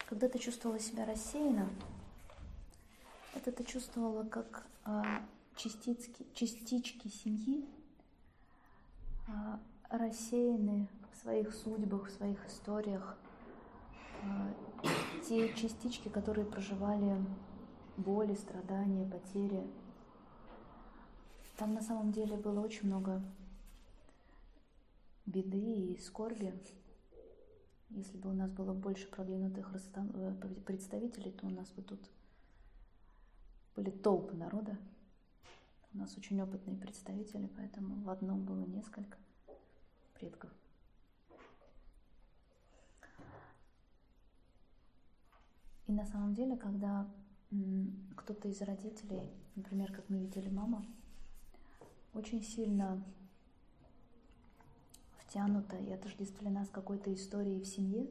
Когда ты чувствовала себя рассеянно, это ты чувствовала, как частички семьи рассеяны в своих судьбах, в своих историях. Те частички, которые проживали боли, страдания, потери. Там на самом деле было очень много беды и скорби. Если бы у нас было больше продвинутых представителей, то у нас бы тут были толпы народа. У нас очень опытные представители, поэтому в одном было несколько предков. И на самом деле, когда кто-то из родителей, например, как мы видели мама, очень сильно втянута и отождествлена с какой-то историей в семье,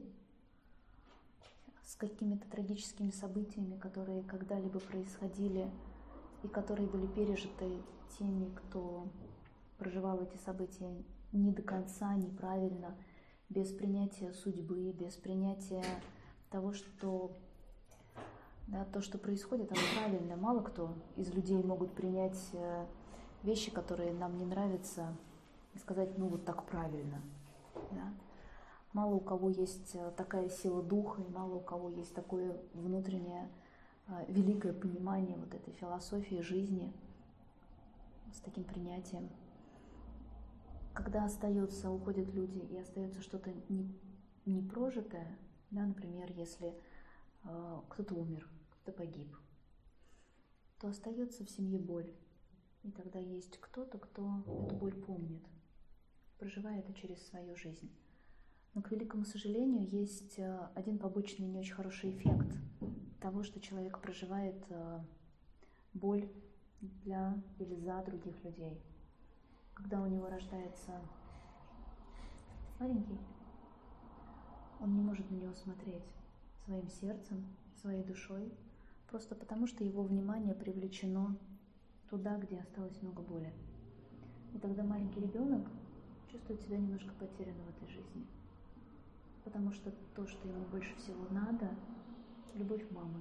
с какими-то трагическими событиями, которые когда-либо происходили и которые были пережиты теми, кто проживал эти события не до конца, неправильно, без принятия судьбы, без принятия того, что то, что происходит, оно правильно. Мало кто из людей могут принять вещи, которые нам не нравятся, и сказать, вот так правильно. Да? Мало у кого есть такая сила духа, и мало у кого есть такое внутреннее великое понимание вот этой философии жизни с таким принятием. Когда уходят люди, и остается что-то непрожитое, например, если кто-то умер, кто-то погиб, то остается в семье боль. И тогда есть кто-то, кто эту боль помнит, проживая это через свою жизнь. Но, к великому сожалению, есть один побочный не очень хороший эффект того, что человек проживает боль для или за других людей. Когда у него рождается маленький, он не может на него смотреть своим сердцем, своей душой, просто потому что его внимание привлечено туда, где осталось много боли. И тогда маленький ребенок чувствует себя немножко потерянным в этой жизни. Потому что то, что ему больше всего надо, любовь мамы.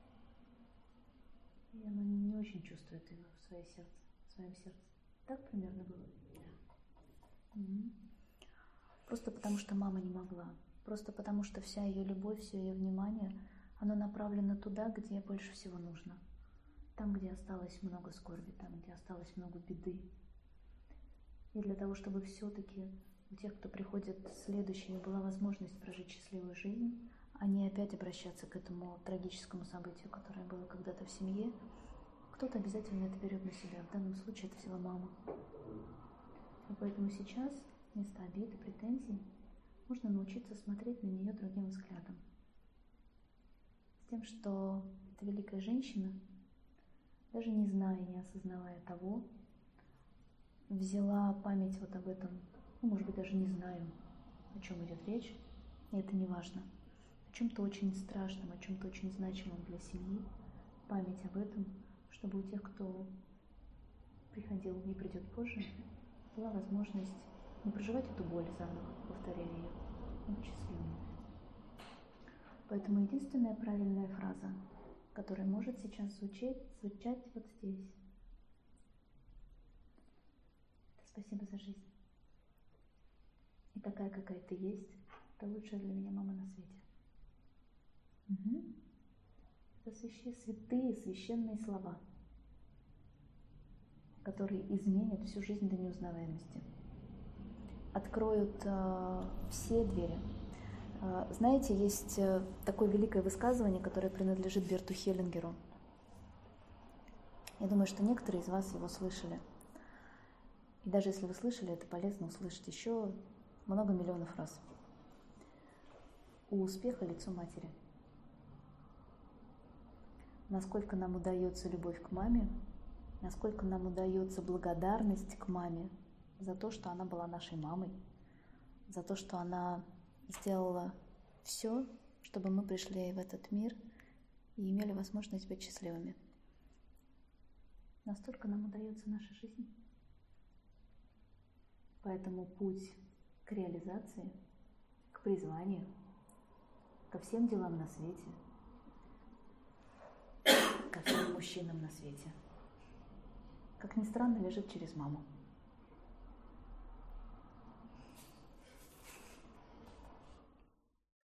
И она не очень чувствует его в своем сердце. Так примерно было? Да. Просто потому что мама не могла. Просто потому что вся ее любовь, все ее внимание, оно направлено туда, где больше всего нужно. Там, где осталось много скорби, там, где осталось много беды. И для того, чтобы все-таки у тех, кто приходит следующими, была возможность прожить счастливую жизнь, а не опять обращаться к этому трагическому событию, которое было когда-то в семье, кто-то обязательно это берет на себя. В данном случае это взяла мама. И поэтому сейчас вместо обид и претензий можно научиться смотреть на нее другим взглядом. С тем, что эта великая женщина, даже не зная, не осознавая того, взяла память вот об этом, может быть, даже не знаю, о чем идет речь, и это не важно, о чем-то очень страшном, о чем-то очень значимом для семьи, память об этом, чтобы у тех, кто приходил и придет позже, была возможность не проживать эту боль заново, повторяя ее, но быть счастливыми. Поэтому единственная правильная фраза, которая может сейчас звучать вот здесь. Это спасибо за жизнь. И такая, какая ты есть, это лучшая для меня мама на свете. Это святые, священные слова, которые изменят всю жизнь до неузнаваемости. Откроют все двери. Знаете, есть такое великое высказывание, которое принадлежит Берту Хеллингеру. Я думаю, что некоторые из вас его слышали. И даже если вы слышали, это полезно услышать еще много миллионов раз. У успеха лицо матери. Насколько нам удается любовь к маме, насколько нам удается благодарность к маме за то, что она была нашей мамой, за то, что она сделала все, чтобы мы пришли в этот мир и имели возможность быть счастливыми. Настолько нам удается наша жизнь. Поэтому путь к реализации, к призванию, к ко всем делам на свете, ко всем мужчинам на свете. Как ни странно, лежит через маму.